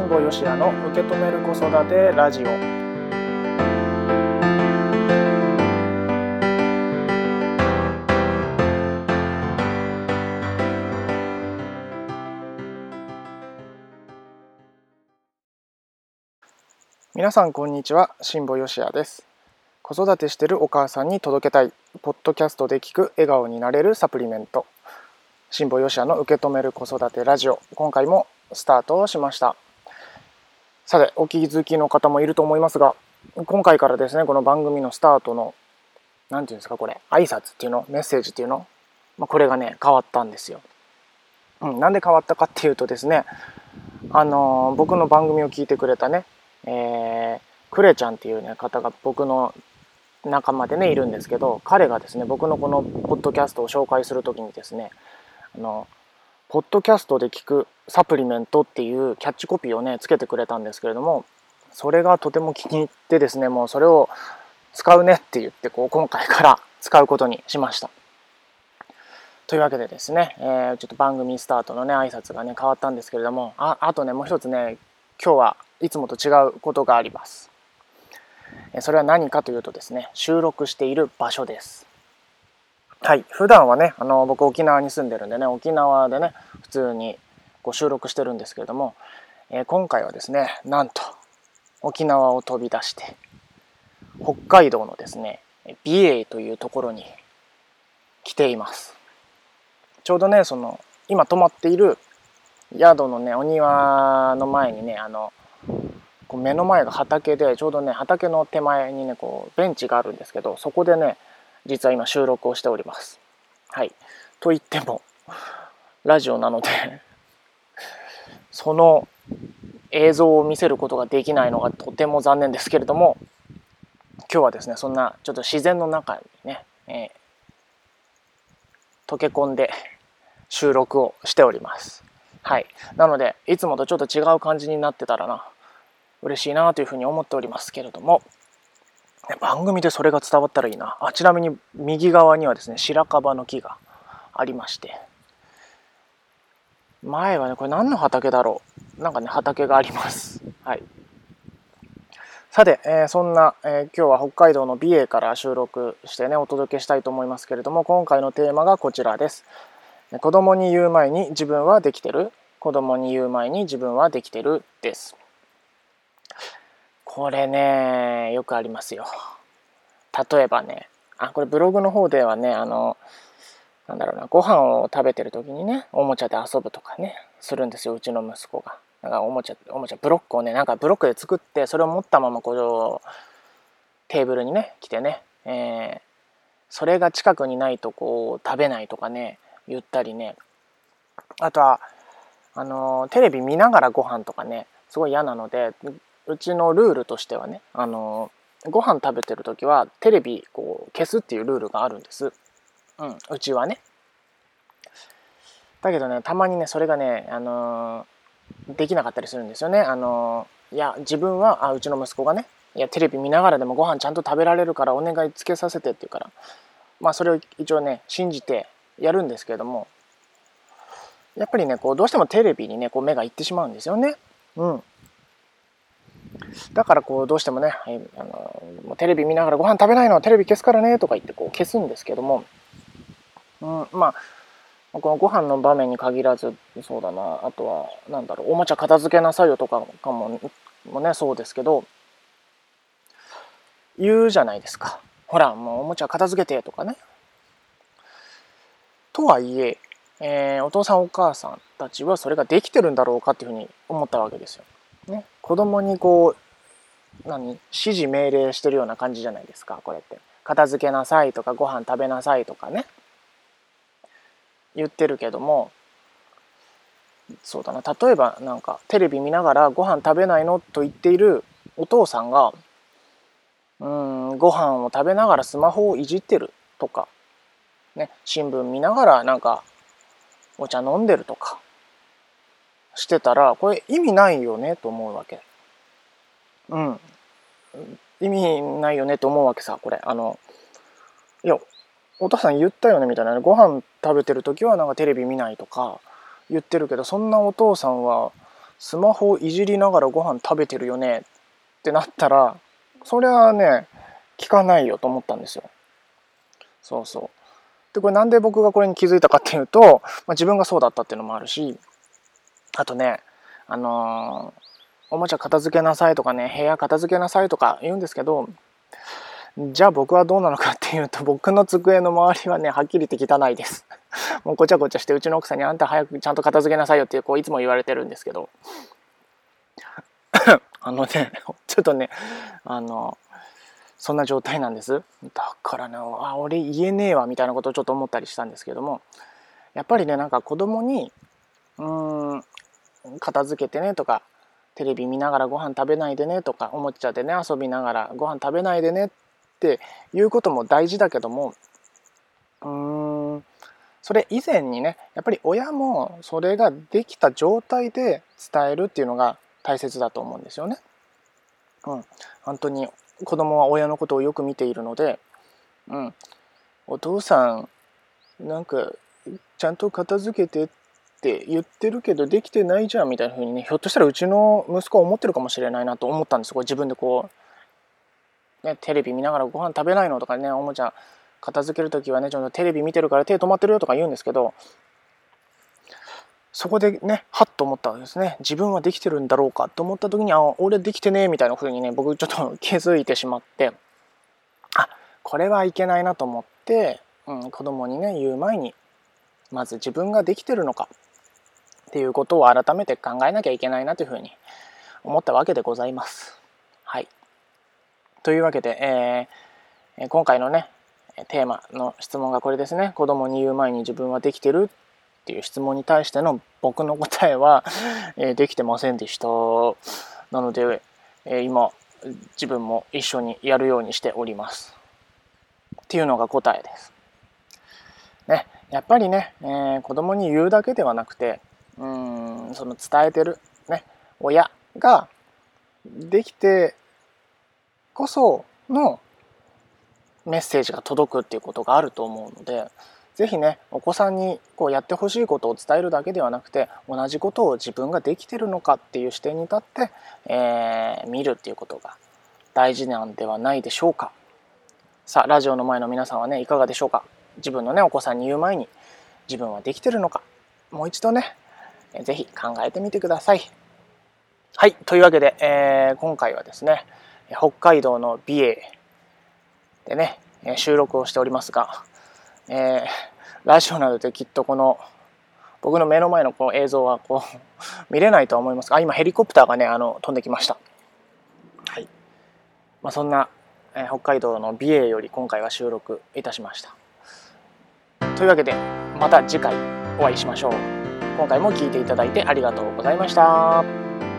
保よしやの受け止める子育てラジオ。皆さんこんにちは、新保よしやです。子育てしてるお母さんに届けたいポッドキャストで聞く笑顔になれるサプリメント、新保よしやの受け止める子育てラジオ、今回もスタートしました。さて、お気づきの方もいると思いますが、今回からですね、この番組のスタートのなんていうんですか、これ挨拶っていうの、メッセージっていうの、これがね変わったんですよ。なんで変わったかっていうとですね、僕の番組を聞いてくれたね、クレちゃんっていうね方が僕の仲間でねいるんですけど、彼がですね僕のこのポッドキャストを紹介するときにですね、ポッドキャストで聞くサプリメントっていうキャッチコピーをねつけてくれたんですけれども、それがとても気に入ってですね、もうそれを使うねって言って今回から使うことにしました。というわけでですね、ちょっと番組スタートのね挨拶がね変わったんですけれども、あとねもう一つね、今日はいつもと違うことがあります。それは何かというとですね、収録している場所です。はい、普段はね僕沖縄に住んでるんでね、沖縄でね普通に収録してるんですけれども、今回はですね、なんと沖縄を飛び出して北海道のですね美瑛というところに来ています。ちょうどね今泊まっている宿のねお庭の前にね目の前が畑で、ちょうどね畑の手前にねベンチがあるんですけど、そこでね実は今収録をしております。はい、と言ってもラジオなのでその映像を見せることができないのがとても残念ですけれども、今日はですねそんなちょっと自然の中にね、溶け込んで収録をしております。はい、なのでいつもとちょっと違う感じになってたらな嬉しいなというふうに思っておりますけれども、番組でそれが伝わったらいいな。ちなみに右側にはですね白樺の木がありまして、前はねこれ何の畑だろう、なんかね畑があります。はい、さて、そんな、今日は北海道の美瑛から収録してねお届けしたいと思いますけれども、今回のテーマがこちらです。子供に言う前に自分はできてる、子供に言う前に自分はできてるです。これねよくありますよ。例えばね、これブログの方ではねなんだろうな、ご飯を食べてる時にねおもちゃで遊ぶとかねするんですよ、うちの息子が。なんかおもちゃブロックをね、なんかブロックで作って、それを持ったままテーブルにね来てね、それが近くにないと食べないとかね言ったりね、あとはテレビ見ながらご飯とかねすごい嫌なので、うちのルールとしてはねご飯食べてる時はテレビ消すっていうルールがあるんです。うちはね。だけどねたまにねそれがねできなかったりするんですよね。いや自分はうちの息子がね、いやテレビ見ながらでもご飯ちゃんと食べられるからお願いつけさせてって言うから、それを一応ね信じてやるんですけれども、やっぱりねどうしてもテレビにね目がいってしまうんですよね。だからどうしてもね、テレビ見ながらご飯食べないのテレビ消すからねとか言って消すんですけども、このご飯の場面に限らずそうだな、あとはなんだろう、おもちゃ片付けなさいよとかもねそうですけど、言うじゃないですか。ほらもうおもちゃ片付けてとかね。とはいえお父さんお母さんたちはそれができてるんだろうかっていうふうに思ったわけですよ。ね、子供に指示命令してるような感じじゃないですか、これって。片付けなさいとかご飯食べなさいとかね言ってるけども、そうだな、例えばなんかテレビ見ながらご飯食べないのと言っているお父さんがご飯を食べながらスマホをいじってるとかね、新聞見ながらなんかお茶飲んでるとかしてたら、これ意味ないよねと思うわけ。意味ないよねと思うわけさ。これいやお父さん言ったよねみたいな、ご飯食べてる時はなんかテレビ見ないとか言ってるけど、そんなお父さんはスマホをいじりながらご飯食べてるよねってなったら、それはね聞かないよと思ったんですよ。そうそう。でこれなんで僕がこれに気づいたかっていうと、自分がそうだったっていうのもあるし、あとねおもちゃ片付けなさいとかね、部屋片付けなさいとか言うんですけど、じゃあ僕はどうなのかっていうと、僕の机の周りはねはっきり言って汚いですもうごちゃごちゃして、うちの奥さんにあんた早くちゃんと片付けなさいよっていつも言われてるんですけどちょっとねそんな状態なんです。だからね、俺言えねえわみたいなことをちょっと思ったりしたんですけども、やっぱりね子供に片付けてねとか、テレビ見ながらご飯食べないでねとか、おもちゃでね遊びながらご飯食べないでねっていうことも大事だけども、それ以前にね、やっぱり親もそれができた状態で伝えるっていうのが大切だと思うんですよね。本当に子供は親のことをよく見ているので、お父さんちゃんと片付けてって言ってるけどできてないじゃんみたいな風にね、ひょっとしたらうちの息子は思ってるかもしれないなと思ったんです。これ自分でテレビ見ながらご飯食べないのとかね、おもちゃ片付けるときはねちょっとテレビ見てるから手止まってるよとか言うんですけど、そこでねはっと思ったんですね。自分はできてるんだろうかと思った時に、俺できてねみたいな風にね僕ちょっと気づいてしまって、これはいけないなと思って、子供にね言う前にまず自分ができてるのかっていうことを改めて考えなきゃいけないなというふうに思ったわけでございます。はい。というわけで、今回のねテーマの質問がこれですね。子供に言う前に自分はできてるっていう質問に対しての僕の答えは、できてませんでした。なので、今自分も一緒にやるようにしておりますっていうのが答えです。ね、やっぱりね、子供に言うだけではなくて、その伝えてる、ね、親ができてこそのメッセージが届くっていうことがあると思うので、ぜひねお子さんにやってほしいことを伝えるだけではなくて、同じことを自分ができてるのかっていう視点に立って、見るっていうことが大事なんではないでしょうか。さあラジオの前の皆さんはねいかがでしょうか。自分のねお子さんに言う前に自分はできてるのか、もう一度ねぜひ考えてみてください。はい、というわけで、今回はですね北海道の美瑛でね収録をしておりますが、ラジオなどできっとこの僕の目の前のこの映像は見れないとは思いますが、今ヘリコプターがね飛んできました。はい。そんな、北海道の美瑛より今回は収録いたしました。というわけでまた次回お会いしましょう。今回も聞いていただいてありがとうございました。